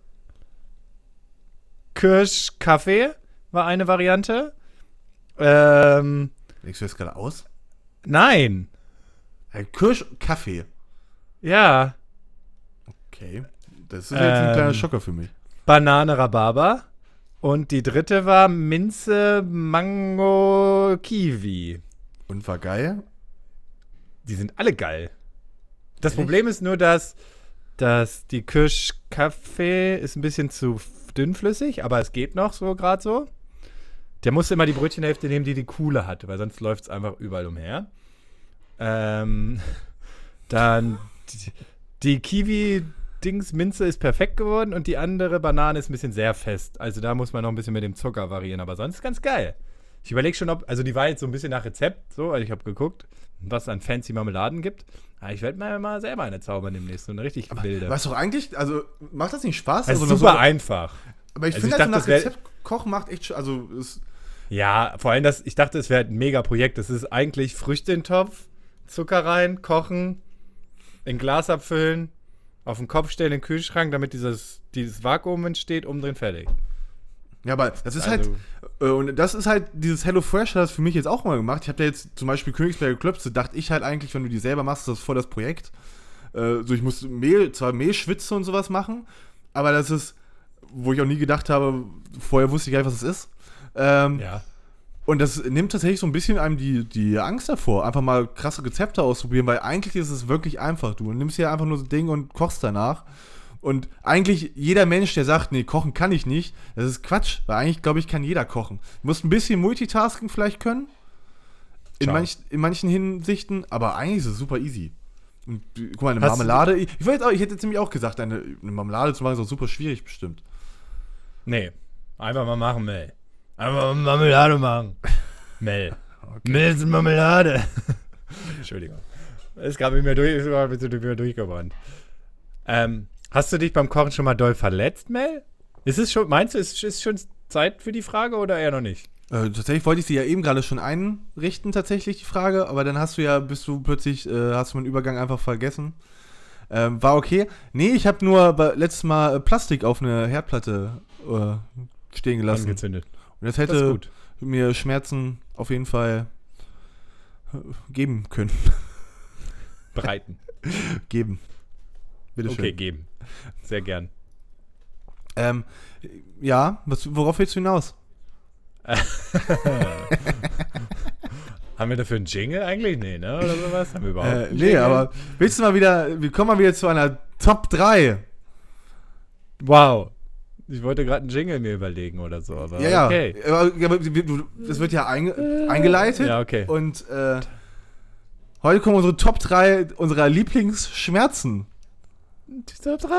Kirschkaffee war eine Variante. Legst du das gerade aus? Nein. Kirschkaffee. Ja. Okay. Das ist jetzt ein kleiner Schocker für mich. Banane Rhabarber. Und die dritte war Minze Mango Kiwi. Und war geil? Die sind alle geil. Das Problem ist nur, dass die Kirschkaffee ist ein bisschen zu dünnflüssig, aber es geht noch so gerade so. Der musste immer die Brötchenhälfte nehmen, die coole hatte, weil sonst läuft es einfach überall umher. Dann die Kiwi-Dings-Minze ist perfekt geworden und die andere Banane ist ein bisschen sehr fest. Also da muss man noch ein bisschen mit dem Zucker variieren, aber sonst ganz geil. Ich überlege schon, also die war jetzt so ein bisschen nach Rezept, so, also ich habe geguckt, was es an fancy Marmeladen gibt. Aber ich werde mir mal selber eine zaubern demnächst, so eine richtig wilde. Weißt du eigentlich, also macht das nicht Spaß? Es ist also super einfach. Aber ich finde, nach Rezept kochen macht echt, also ist ja, vor allem, ich dachte, es wäre ein mega Projekt. Das ist eigentlich Früchte in den Topf, Zucker rein, kochen, in Glas abfüllen, auf den Kopf stellen, in den Kühlschrank, damit dieses Vakuum entsteht, umdrehen, fertig. Ja, aber das ist halt, und das ist halt, dieses HelloFresh hat das für mich jetzt auch mal gemacht. Ich habe da jetzt zum Beispiel Königsberger Klöpse, dachte ich halt eigentlich, wenn du die selber machst, ist das voll das Projekt. So, ich muss zwar Mehlschwitze und sowas machen, aber das ist, wo ich auch nie gedacht habe, vorher wusste ich gar nicht, was es ist. Ja. Und das nimmt tatsächlich so ein bisschen einem die Angst davor, einfach mal krasse Rezepte ausprobieren, weil eigentlich ist es wirklich einfach. Du nimmst hier einfach nur so ein Ding und kochst danach. Und eigentlich jeder Mensch, der sagt, nee, kochen kann ich nicht, das ist Quatsch, weil eigentlich, glaube ich, kann jeder kochen. Du musst ein bisschen Multitasking vielleicht können, in manchen Hinsichten, aber eigentlich ist es super easy. Und guck mal, eine Marmelade, ich hätte jetzt nämlich auch gesagt, eine Marmelade zu machen ist auch super schwierig bestimmt. Nee, einfach mal machen, Mel. Einfach mal Marmelade machen. Mel. Okay. Mel ist Marmelade. Entschuldigung. Es gab mir durchgebrannt. Hast du dich beim Kochen schon mal doll verletzt, Mel? Meinst du, ist schon Zeit für die Frage oder eher noch nicht? Tatsächlich wollte ich sie ja eben gerade schon einrichten, tatsächlich, die Frage, aber dann hast du meinen Übergang einfach vergessen. War okay. Nee, ich habe nur letztes Mal Plastik auf eine Herdplatte stehen gelassen. Angezündet. Und das hätte mir Schmerzen auf jeden Fall geben können. Bereiten. Geben. Bitteschön. Okay, geben. Sehr gern. Ja, worauf willst du hinaus? Haben wir dafür einen Jingle eigentlich? Nee, ne? Oder sowas? Haben wir überhaupt nee, aber wir kommen mal wieder zu einer Top 3. Wow. Ich wollte gerade einen Jingle mir überlegen oder so, aber ja, okay. Aber das wird ja eingeleitet. Ja, okay. Und Heute kommen unsere Top 3 unserer Lieblingsschmerzen. Die Top 3.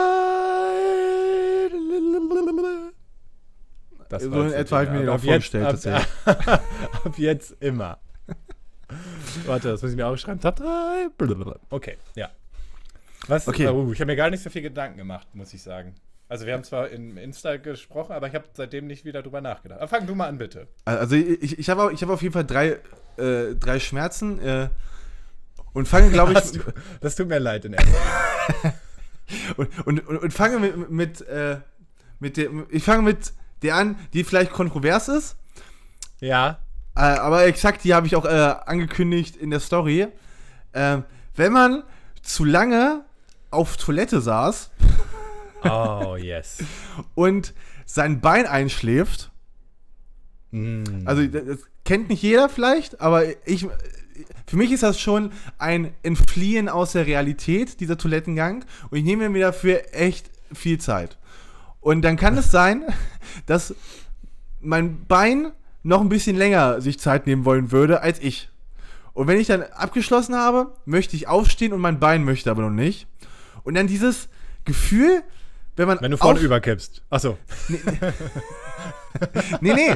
Das So in etwa habe ich mir den auch vorgestellt. Ab jetzt immer. Warte, das muss ich mir aufschreiben. Top 3. Okay, ja. Was? Okay. Ich habe mir gar nicht so viel Gedanken gemacht, muss ich sagen. Also wir haben zwar im Insta gesprochen, aber ich habe seitdem nicht wieder drüber nachgedacht. Aber fang du mal an, bitte. Also ich hab auf jeden Fall drei Schmerzen und fange, glaube ich... Das tut mir leid in erster Linie. und fange ich fange mit der an, die vielleicht kontrovers ist. Ja. Aber exakt, die habe ich auch angekündigt in der Story. Wenn man zu lange auf Toilette saß Oh, yes. und sein Bein einschläft, also das kennt nicht jeder vielleicht, aber für mich ist das schon ein Entfliehen aus der Realität, dieser Toilettengang, und ich nehme mir dafür echt viel Zeit. Und dann kann es sein, dass mein Bein noch ein bisschen länger sich Zeit nehmen wollen würde als ich. Und wenn ich dann abgeschlossen habe, möchte ich aufstehen und mein Bein möchte aber noch nicht. Und dann dieses Gefühl, wenn du vorne überkippst. Achso. Nee.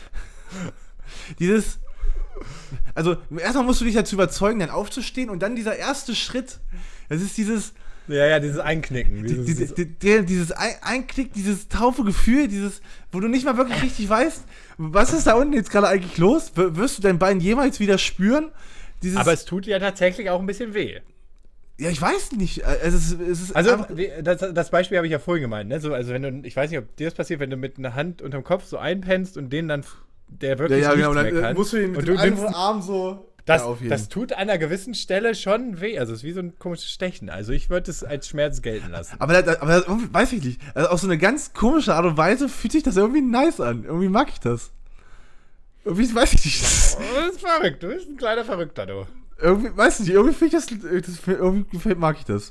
Also erstmal musst du dich dazu überzeugen, dann aufzustehen, und dann dieser erste Schritt, das ist dieses... Ja, dieses Einknicken. Dieses Einknicken, dieses taufe Gefühl, wo du nicht mal wirklich richtig weißt, was ist da unten jetzt gerade eigentlich los? Wirst du dein Bein jemals wieder spüren? Aber es tut ja tatsächlich auch ein bisschen weh. Ja, ich weiß nicht. Es ist also das Beispiel habe ich ja vorhin gemeint. Ne? So, also wenn du, ich weiß nicht, ob dir das passiert, wenn du mit einer Hand unterm Kopf so einpennst und den dann, der wirklich ja, nichts genau, mehr dann kann. musst du ihn mit dem anderen Arm so... Das tut an einer gewissen Stelle schon weh. Also es ist wie so ein komisches Stechen. Also ich würde es als Schmerz gelten lassen. Aber weiß ich nicht. Also auf so eine ganz komische Art und Weise fühlt sich das irgendwie nice an. Irgendwie mag ich das. Irgendwie weiß ich nicht. Das ist verrückt. Du bist ein kleiner Verrückter, du. Irgendwie, weiß ich nicht. Irgendwie finde ich irgendwie mag ich das.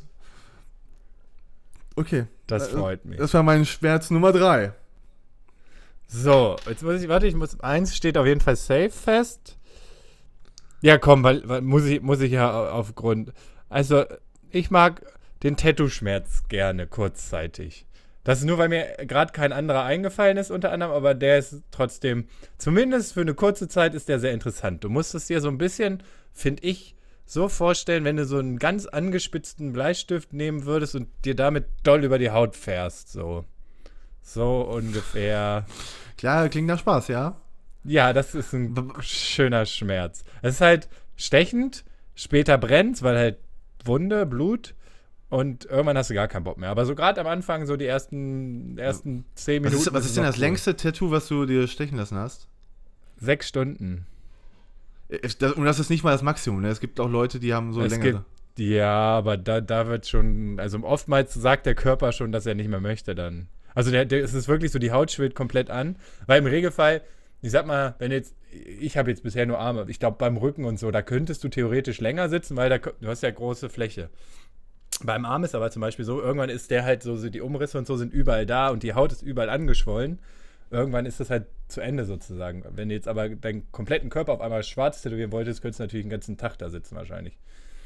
Okay. Das freut mich. Das war mein Schmerz Nummer 3. So, jetzt eins steht auf jeden Fall safe fest. Ja, komm, weil muss ich ja aufgrund. Also, ich mag den Tattoo-Schmerz gerne kurzzeitig. Das ist nur, weil mir gerade kein anderer eingefallen ist, unter anderem, aber der ist trotzdem, zumindest für eine kurze Zeit, ist der sehr interessant. Du musst es dir so ein bisschen, finde ich, so vorstellen, wenn du so einen ganz angespitzten Bleistift nehmen würdest und dir damit doll über die Haut fährst. So ungefähr. Klar, klingt nach Spaß, ja. Ja, das ist ein schöner Schmerz. Es ist halt stechend, später brennt, weil halt Wunde, Blut, und irgendwann hast du gar keinen Bock mehr. Aber so gerade am Anfang, so die ersten 10 Minuten. Was ist denn das längste Tattoo, was du dir stechen lassen hast? 6 Stunden. Und das ist nicht mal das Maximum, ne? Es gibt auch Leute, die haben so länger. Ja, aber da wird schon, also oftmals sagt der Körper schon, dass er nicht mehr möchte dann. Also es ist wirklich so, die Haut schwillt komplett an, weil im Regelfall, ich sag mal, ich habe jetzt bisher nur Arme, ich glaube beim Rücken und so, da könntest du theoretisch länger sitzen, weil du hast ja große Fläche. Beim Arm ist aber zum Beispiel so, irgendwann ist der halt so die Umrisse und so sind überall da und die Haut ist überall angeschwollen. Irgendwann ist das halt zu Ende sozusagen. Wenn du jetzt aber deinen kompletten Körper auf einmal schwarz tätowieren wolltest, könntest du natürlich den ganzen Tag da sitzen wahrscheinlich.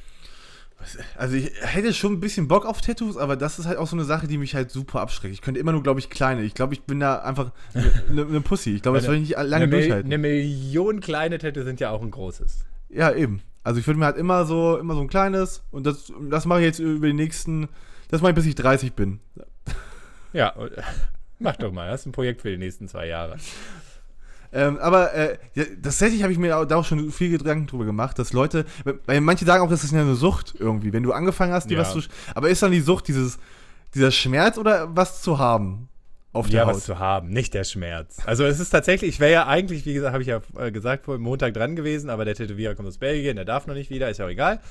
Also ich hätte schon ein bisschen Bock auf Tattoos, aber das ist halt auch so eine Sache, die mich halt super abschreckt. Ich könnte immer nur, glaube ich, kleine. Ich glaube, ich bin da einfach eine Pussy. Ich glaube, das würde ich nicht lange durchhalten. Eine Million kleine Tattoos sind ja auch ein großes. Ja, eben. Also ich würde mir halt immer so ein kleines, und das mache ich jetzt über die nächsten, das mache ich, bis ich 30 bin. Ja, mach doch mal. Das ist ein Projekt für die nächsten 2 Jahre. Aber tatsächlich habe ich mir da auch schon viel Gedanken drüber gemacht, dass Leute, weil manche sagen auch, das ist ja eine Sucht irgendwie, wenn du angefangen hast, aber ist dann die Sucht dieser Schmerz oder was zu haben auf der Haut? Ja, was zu haben, nicht der Schmerz. Also es ist tatsächlich, ich wäre ja eigentlich, wie gesagt, habe ich ja gesagt, vor Montag dran gewesen, aber der Tätowierer kommt aus Belgien, der darf noch nicht wieder, ist ja auch egal.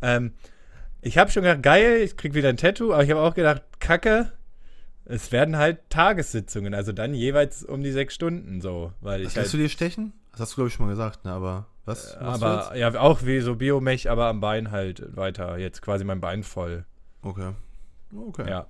Ich habe schon gedacht, geil, ich krieg wieder ein Tattoo, aber ich habe auch gedacht, Kacke, es werden halt Tagessitzungen, also dann jeweils um die 6 Stunden so. Weil was willst du dir stechen? Das hast du, glaube ich, schon mal gesagt, ne? Aber was? Aber ja, auch wie so Biomech, aber am Bein halt weiter. Jetzt quasi mein Bein voll. Okay. Ja.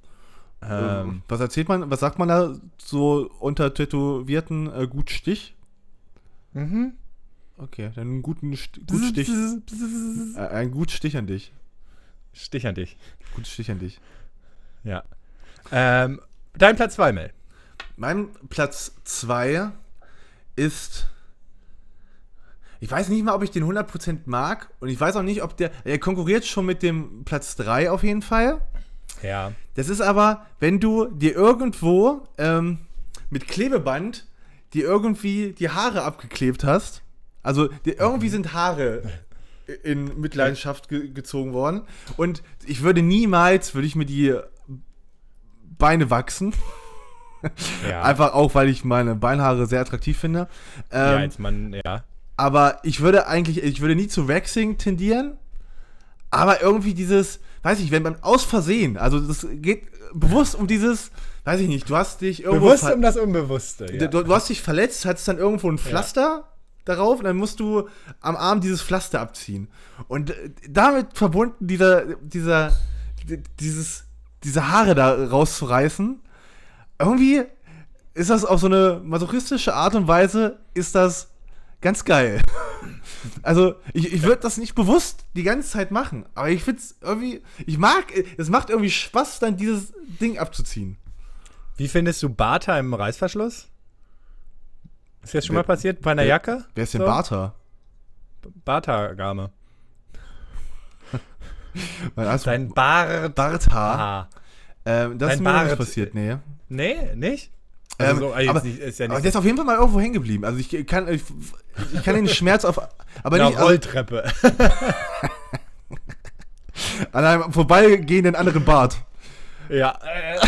Was sagt man da so unter Tätowierten? Gut Stich? Okay, dann einen guten Stich. Ein gut Stich an dich. Stich an dich. Gut Stich an dich. Ja. Dein Platz 2, Mel. Mein Platz 2 ist. Ich weiß nicht mal, ob ich den 100% mag. Und ich weiß auch nicht, ob er konkurriert schon mit dem Platz 3 auf jeden Fall. Ja. Das ist aber, wenn du dir irgendwo mit Klebeband dir irgendwie die Haare abgeklebt hast. Also irgendwie sind Haare in Mitleidenschaft gezogen worden. Und ich würde mir die Beine wachsen. Ja. Einfach auch, weil ich meine Beinhaare sehr attraktiv finde. Ja. Aber ich würde nie zu Waxing tendieren. Aber irgendwie dieses, weiß ich, wenn man aus Versehen, also das geht bewusst um dieses, weiß ich nicht, du hast dich irgendwo. Bewusst um das Unbewusste. Ja. Du hast dich verletzt, hattest dann irgendwo ein Pflaster darauf und dann musst du am Arm dieses Pflaster abziehen. Und damit verbunden diese Haare da rauszureißen, irgendwie ist das auf so eine masochistische Art und Weise, ist das ganz geil. Also, ich würde das nicht bewusst die ganze Zeit machen, aber ich finde es irgendwie, es macht irgendwie Spaß, dann dieses Ding abzuziehen. Wie findest du Barter im Reißverschluss? Ist das schon mal passiert bei einer Jacke? Wer ist denn So? Barter? Bartagame. Also, Dein Barthaar. Barthaar. Das ist Dein mir noch nicht Bart. passiert, nee. Nee, nicht? Aber ist ja Aber nicht der ist auf jeden Fall mal irgendwo hängen geblieben. Also ich kann den Schmerz auf. Aber eine nicht. Also, Rolltreppe. an einem vorbeigehenden anderen Bart. Ja.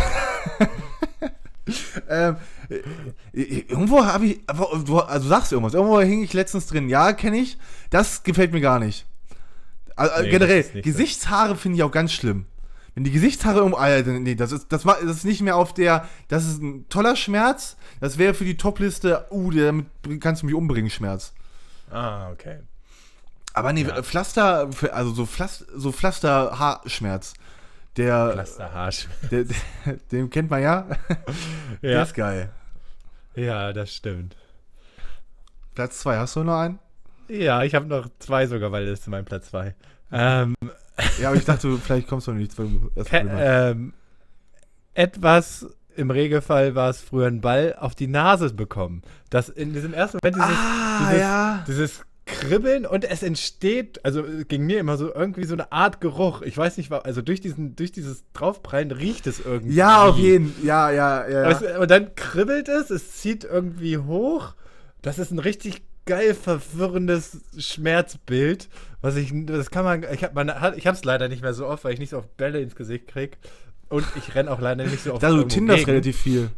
Irgendwo habe ich. Also sagst du irgendwas. Irgendwo hing ich letztens drin. Ja, kenne ich. Das gefällt mir gar nicht. Also, Nee, generell, das ist nicht Gesichtshaare finde ich auch ganz schlimm. Wenn die Gesichtshaare irgendwo. Alter, nee, das ist nicht mehr auf der. Das ist ein toller Schmerz. Das wäre für die Topliste. Damit kannst du mich umbringen, Schmerz. Ah, okay. Aber nee, Ja. Pflaster, also so Pflaster-Haarschmerz. Pflasterhaarschmerz. Den kennt man ja. Der Ja. ist geil. Ja, das stimmt. Platz 2, hast du noch einen? Ja, ich habe noch 2 sogar, weil das ist mein Platz 2. Ja, aber ich dachte, vielleicht kommst du noch nicht, weil du das Problem hast. Etwas, im Regelfall war es früher ein Ball, auf die Nase bekommen. Das in diesem ersten Moment dieses Kribbeln und es entsteht, also ging mir immer so irgendwie so eine Art Geruch. Ich weiß nicht, also durch dieses Draufprallen riecht es irgendwie. Ja, auf jeden. Ja. Und dann kribbelt es zieht irgendwie hoch. Das ist ein richtig geil verwirrendes Schmerzbild, ich hab's leider nicht mehr so oft, weil ich nicht so oft Bälle ins Gesicht krieg und ich renn auch leider nicht so oft. Da du irgendwo tinderst gegen. relativ viel.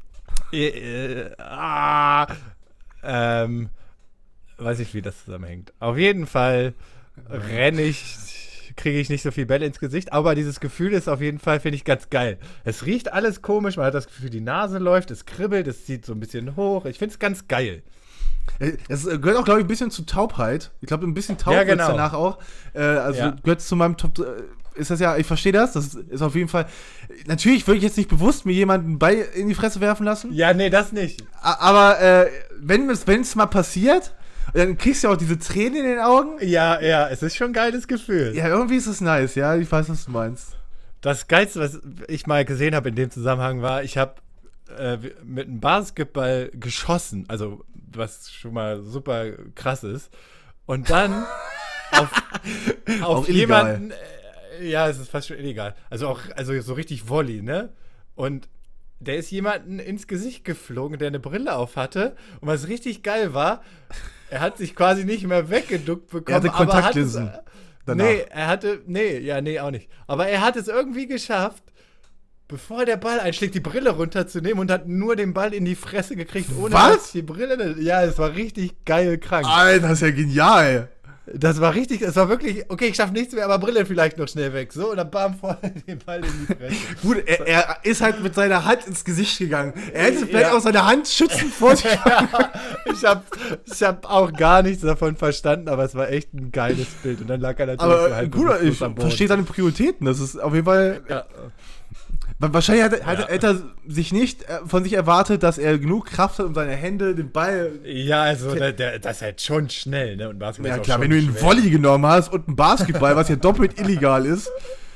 Weiß nicht, wie das zusammenhängt. Auf jeden Fall kriege ich nicht so viel Bälle ins Gesicht, aber dieses Gefühl ist auf jeden Fall, finde ich, ganz geil. Es riecht alles komisch, man hat das Gefühl, die Nase läuft, es kribbelt, es zieht so ein bisschen hoch. Ich finde es ganz geil. Es gehört auch, glaube ich, ein bisschen zu Taubheit. Ich glaube, ein bisschen taub Ja, wird's genau. danach auch. Gehört zu meinem Top. Ist das ja, ich verstehe das. Das ist auf jeden Fall. Natürlich würde ich jetzt nicht bewusst mir jemanden Ball in die Fresse werfen lassen. Ja, nee, das nicht. Aber wenn es mal passiert, dann kriegst du ja auch diese Tränen in den Augen. Ja, es ist schon ein geiles Gefühl. Ja, irgendwie ist es nice, ja. Ich weiß, was du meinst. Das Geilste, was ich mal gesehen habe in dem Zusammenhang war, ich habe mit einem Basketball geschossen, also was schon mal super krass ist. Und dann auf jemanden, ja, es ist fast schon illegal. Also so richtig Volley, ne? Und der ist jemanden ins Gesicht geflogen, der eine Brille auf hatte. Und was richtig geil war, er hat sich quasi nicht mehr weggeduckt bekommen. Er hatte Kontaktlinsen danach. Nee, auch nicht. Aber er hat es irgendwie geschafft, bevor der Ball einschlägt, die Brille runterzunehmen und hat nur den Ball in die Fresse gekriegt, ohne Was? dass die Brille. Ja, es war richtig geil krank. Alter, das ist ja genial. Das war wirklich, okay, ich schaffe nichts mehr, aber Brille vielleicht noch schnell weg. So, und dann bam, voll den Ball in die Fresse. Gut, er ist halt mit seiner Hand ins Gesicht gegangen. Er hätte vielleicht auch seine Hand schützend vor sich. Ja, ich hab auch gar nichts davon verstanden, aber es war echt ein geiles Bild. Und dann lag er natürlich Aber so halb Bruder, ich bewusstlos am Boden. verstehe seine Prioritäten. Das ist auf jeden Fall. Ja. Wahrscheinlich hat er sich nicht von sich erwartet, dass er genug Kraft hat, um seine Hände, den Ball... Ja, also das ist halt schon schnell, ne? Und Basketball Ja ist auch klar, schon wenn du einen schwer. Volley genommen hast und einen Basketball, was ja doppelt illegal ist.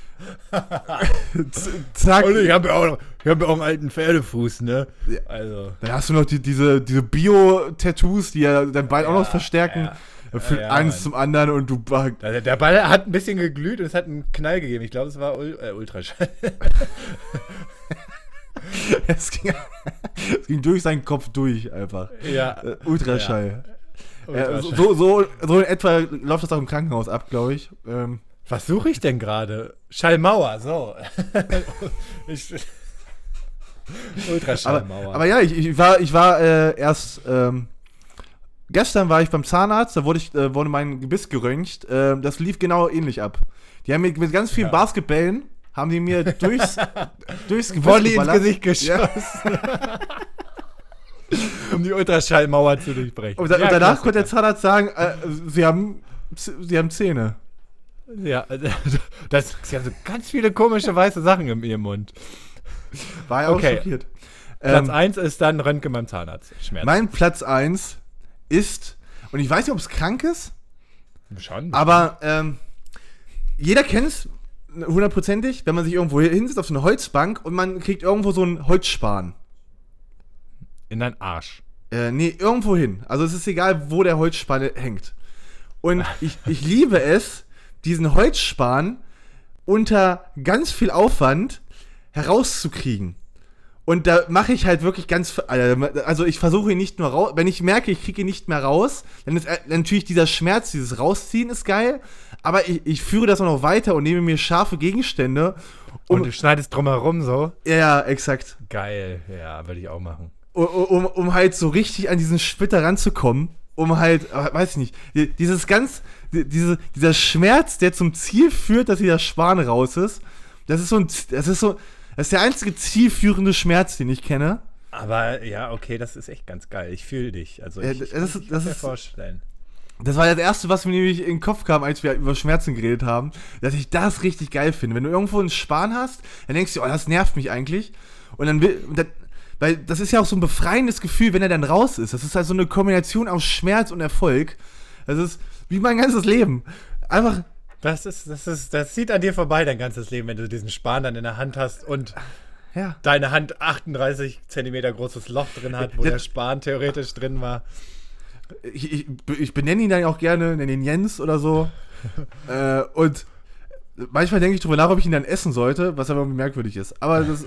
Zack. Und ich hab ja auch einen alten Pferdefuß, ne? Ja. Also. Dann hast du noch diese Bio-Tattoos, die ja dein Bein auch noch verstärken. Ja. Da führt Ja, eins Mann. zum anderen und du... Der Ball hat ein bisschen geglüht und es hat einen Knall gegeben. Ich glaube, es war Ultraschall. es ging durch seinen Kopf durch einfach. Ja. Ultraschall. Ultraschall. So in etwa läuft das auch im Krankenhaus ab, glaube ich. Was suche ich denn gerade? Schallmauer, so. Ultraschallmauer. Aber ja, ich war erst gestern war ich beim Zahnarzt, da wurde mein Gebiss geröntgt. Das lief genau ähnlich ab. Die haben mir mit ganz vielen Basketballen haben die mir durchs Gebiss Volley ins geballert. Gesicht geschossen. Um die Ultraschallmauer zu durchbrechen. Und danach konnte der Zahnarzt sagen, sie haben Zähne. Ja, sie haben so ganz viele komische weiße Sachen in ihrem Mund. War ja auch Okay. schockiert. Platz 1 ist dann Röntgen beim Zahnarzt. Schmerz. Mein Platz 1 ist, und ich weiß nicht, ob es krank ist, Schon. aber jeder kennt es hundertprozentig, wenn man sich irgendwo hinsetzt auf so eine Holzbank und man kriegt irgendwo so einen Holzspan. In deinen Arsch. Nee, irgendwo hin. Also es ist egal, wo der Holzspan hängt. Und ich liebe es, diesen Holzspan unter ganz viel Aufwand herauszukriegen. Und da mache ich halt wirklich also ich versuche ihn nicht nur raus, wenn ich merke, ich kriege ihn nicht mehr raus, dann ist natürlich dieser Schmerz, dieses Rausziehen ist geil, aber ich führe das auch noch weiter und nehme mir scharfe Gegenstände. Und du schneidest drumherum so. Ja, exakt. Geil, ja, würde ich auch machen. Um halt so richtig an diesen Splitter ranzukommen, um halt, weiß ich nicht, dieser Schmerz, der zum Ziel führt, dass dieser Span raus ist, das ist der einzige zielführende Schmerz, den ich kenne. Aber ja, okay, das ist echt ganz geil. Ich fühle dich. Also ich kann mir vorstellen. Das war das Erste, was mir nämlich in den Kopf kam, als wir über Schmerzen geredet haben, dass ich das richtig geil finde. Wenn du irgendwo einen Span hast, dann denkst du, oh, das nervt mich eigentlich. Weil das ist ja auch so ein befreiendes Gefühl, wenn er dann raus ist. Das ist halt so eine Kombination aus Schmerz und Erfolg. Das ist wie mein ganzes Leben. Einfach... Das zieht an dir vorbei, dein ganzes Leben, wenn du diesen Span dann in der Hand hast und deine Hand 38 Zentimeter großes Loch drin hat, wo der Span theoretisch drin war. Ich benenne ihn dann auch gerne, nenne ihn Jens oder so. Und manchmal denke ich drüber nach, ob ich ihn dann essen sollte, was aber irgendwie merkwürdig ist. Aber das...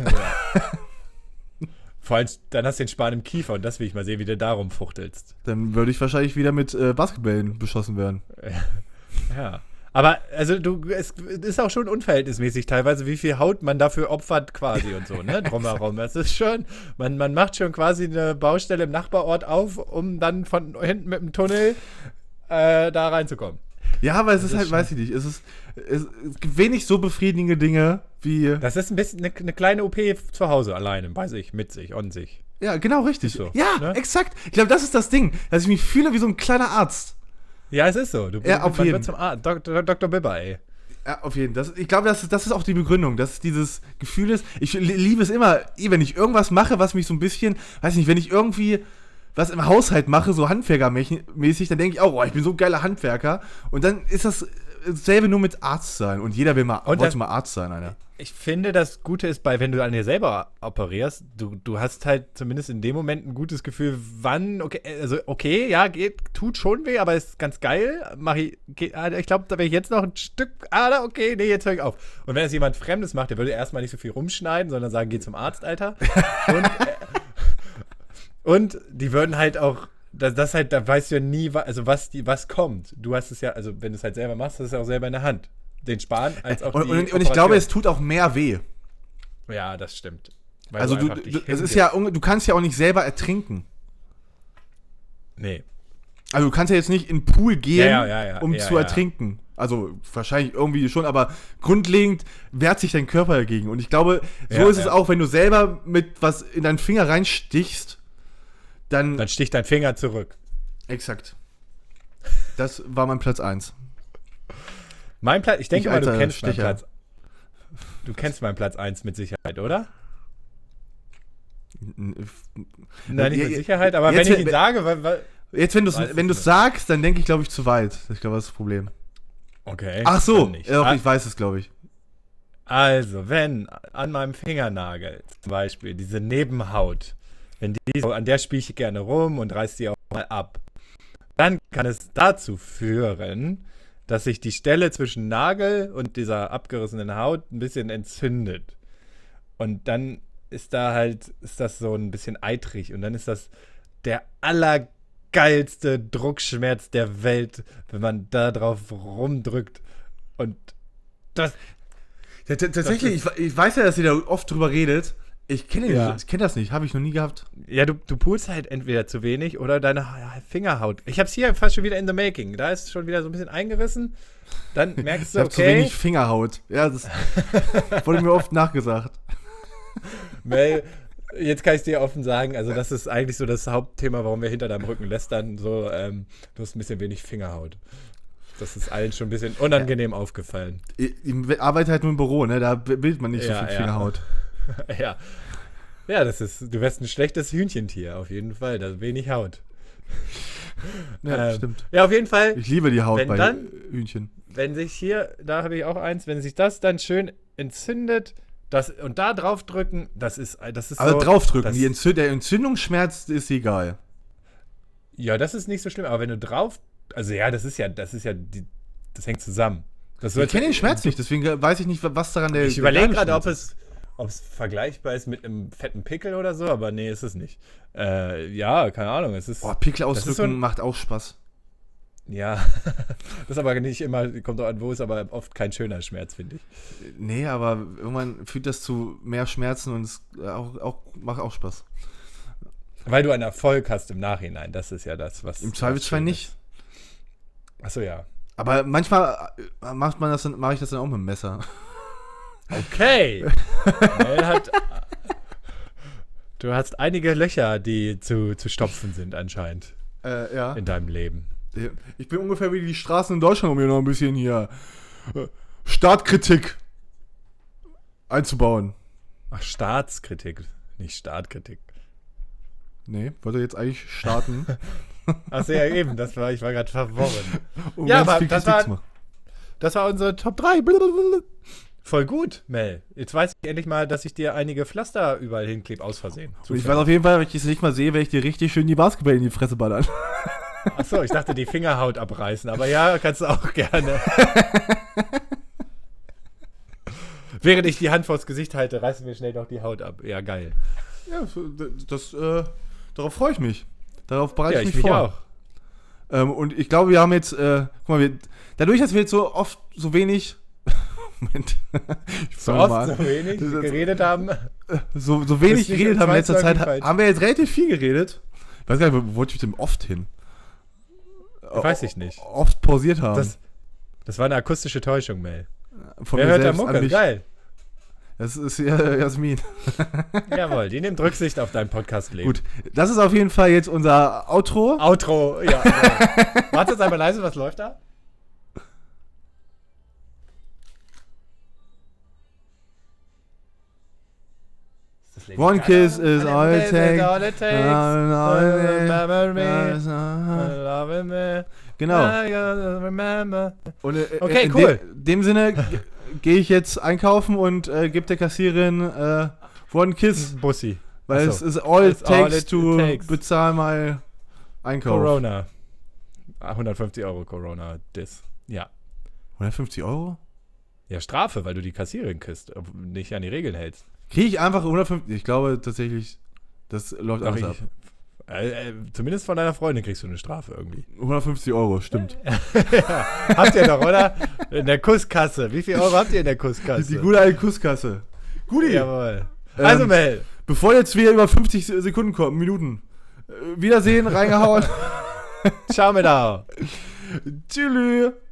Vor allem, dann hast du den Span im Kiefer und das will ich mal sehen, wie du da rumfuchtelst. Dann würde ich wahrscheinlich wieder mit Basketballen beschossen werden. Ja. Aber also es ist auch schon unverhältnismäßig teilweise, wie viel Haut man dafür opfert quasi und so, ne, drumherum. Das ist schon, man macht schon quasi eine Baustelle im Nachbarort auf, um dann von hinten mit dem Tunnel da reinzukommen. Ja, aber es ist halt, weiß ich nicht, es gibt wenig so befriedigende Dinge wie... Das ist ein bisschen eine kleine OP zu Hause alleine, bei sich, mit sich, on sich. Ja, genau, richtig. So, ja, ne? Exakt. Ich glaube, das ist das Ding, dass ich mich fühle wie so ein kleiner Arzt. Ja, es ist so. Auf jeden. Wird zum Arzt. Dr. Bibber, ey. Ja, auf jeden Fall. Ich glaube, das ist auch die Begründung, dass dieses Gefühl ist, ich liebe es immer, wenn ich irgendwas mache, was mich so ein bisschen, weiß nicht, wenn ich irgendwie was im Haushalt mache, so handwerkermäßig, dann denke ich auch, oh, ich bin so ein geiler Handwerker. Und dann ist dasselbe nur mit Arzt sein. Und jeder wollte mal Arzt sein, Alter. Ich finde, das Gute ist, wenn du an dir selber operierst, du hast halt zumindest in dem Moment ein gutes Gefühl, wann, tut schon weh, aber ist ganz geil. Ich glaube, da wäre ich jetzt noch ein Stück, nee, jetzt höre ich auf. Und wenn es jemand Fremdes macht, der würde erstmal nicht so viel rumschneiden, sondern sagen, geh zum Arzt, Alter. Und die würden halt auch, das halt, da weißt du ja nie, was kommt. Du hast es ja, also wenn du es halt selber machst, hast du es ja auch selber in der Hand. Den Span als auch und ich glaube, es tut auch mehr weh. Ja, das stimmt. Weil Also du kannst ja auch nicht selber ertrinken. Nee. Also du kannst ja jetzt nicht in den Pool gehen, um zu ja. ertrinken. Also wahrscheinlich irgendwie schon, aber grundlegend wehrt sich dein Körper dagegen. Und ich glaube, so ist es auch, wenn du selber mit was in deinen Finger reinstichst, dann sticht dein Finger zurück. Exakt. Das war mein Platz 1. Mein Platz, ich denke mal, du kennst meinen Stecher. Platz. Du kennst meinen Platz 1 mit Sicherheit, oder? Nein, nicht mit Sicherheit, aber wenn ich ihn sage, weil jetzt, wenn du es sagst, dann denke ich, glaube ich, zu weit. Ich glaube, das ist das Problem. okay. Ach so, ich weiß es, glaube ich. Also, wenn an meinem Fingernagel zum Beispiel diese Nebenhaut, wenn die so, an der spiele ich gerne rum und reiß die auch mal ab, dann kann es dazu führen, dass sich die Stelle zwischen Nagel und dieser abgerissenen Haut ein bisschen entzündet. Und dann ist das so ein bisschen eitrig und dann ist das der allergeilste Druckschmerz der Welt, wenn man da drauf rumdrückt und das... Ja, tatsächlich, ich weiß ja, dass ihr da oft drüber redet. Ich kenne das nicht, habe ich noch nie gehabt. Ja, du pulst halt entweder zu wenig oder deine Fingerhaut. Ich hab's hier fast schon wieder in the making. Da ist schon wieder so ein bisschen eingerissen. Dann merkst du, ich hab zu wenig Fingerhaut. Ja, das wurde mir oft nachgesagt. Mel, jetzt kann ich dir offen sagen, also das ist eigentlich so das Hauptthema, warum wir hinter deinem Rücken lästern. So, du hast ein bisschen wenig Fingerhaut. Das ist allen schon ein bisschen unangenehm aufgefallen. Ich arbeite halt nur im Büro, ne? Da bildet man nicht so viel Fingerhaut. Ja. Ja, du wärst ein schlechtes Hühnchentier, auf jeden Fall. Da ist wenig Haut. Ja, stimmt. Ja, auf jeden Fall. Ich liebe die Haut bei Hühnchen. Wenn sich hier, da habe ich auch eins, wenn sich das dann schön entzündet, und da draufdrücken, das ist also so, draufdrücken, der Entzündungsschmerz ist egal. Ja, das ist nicht so schlimm, aber wenn du also ja, das hängt zusammen. Ich kenne den Schmerz nicht, deswegen weiß ich nicht, was daran der... Ich überlege gerade, ob es vergleichbar ist mit einem fetten Pickel oder so, aber nee, ist es nicht. Ja, keine Ahnung. Pickel ausdrücken macht auch Spaß. Ja, das ist aber nicht immer, kommt auch an, wo ist, aber oft kein schöner Schmerz, finde ich. Nee, aber irgendwann führt das zu mehr Schmerzen und es macht auch Spaß. Weil du einen Erfolg hast im Nachhinein, das ist ja das, was... Im Zweifelsfall nicht. Achso, ja. Aber manchmal mache ich das dann auch mit dem Messer. Okay. Du hast einige Löcher, die zu stopfen sind anscheinend. Ja. In deinem Leben. Ich bin ungefähr wie die Straßen in Deutschland, um hier noch ein bisschen hier Startkritik einzubauen. Ach, Staatskritik, nicht Startkritik. Nee, wollte jetzt eigentlich starten. Achso, ja eben, ich war gerade verworren. Ja, aber das war unsere Top 3. Voll gut, Mel. Jetzt weiß ich endlich mal, dass ich dir einige Pflaster überall hinklebe, aus Versehen. Ich weiß auf jeden Fall, wenn ich es nicht mal sehe, werde ich dir richtig schön die Basketball in die Fresse ballern. Achso, ich dachte, die Fingerhaut abreißen. Aber ja, kannst du auch gerne. Während ich die Hand vors Gesicht halte, reißen wir schnell doch die Haut ab. Ja, geil. Ja, darauf freue ich mich. Darauf bereite ich mich vor. Auch. Und ich glaube, wir haben jetzt, guck mal, dadurch, dass wir jetzt so oft so wenig geredet haben. So wenig geredet haben in letzter Zeit, haben wir jetzt relativ viel geredet. Ich weiß gar nicht, wo wollte ich denn oft hin? Weiß ich nicht. Oft pausiert haben. Das war eine akustische Täuschung, Mel. Von Wer hört da Mucke? Geil. Das ist Jasmin. Jawohl, die nimmt Rücksicht auf dein Podcast-Leben. Gut, das ist auf jeden Fall jetzt unser Outro. Ja. Warte jetzt einmal leise, was läuft da? One kiss is all it takes. Genau. Und okay, cool. In dem Sinne gehe ich jetzt einkaufen und gebe der Kassiererin One Kiss. Bussi. Weil es ist all it takes to bezahl mal Einkauf. Corona. 150 € Corona. Ja. 150 €? Ja, Strafe, weil du die Kassiererin küsst, nicht an die Regeln hältst. Kriege ich einfach 150? Ich glaube tatsächlich, das läuft alles ab. Zumindest von deiner Freundin kriegst du eine Strafe irgendwie. 150 €, stimmt. Ja, habt ihr doch, oder? In der Kusskasse. Wie viel Euro habt ihr in der Kusskasse? Die gute alte Kusskasse. Guti. Jawohl. Also, Mel. Bevor jetzt wieder über 50 Sekunden kommen, Minuten. Wiedersehen, reingehauen. Ciao, Medau. Tschüss.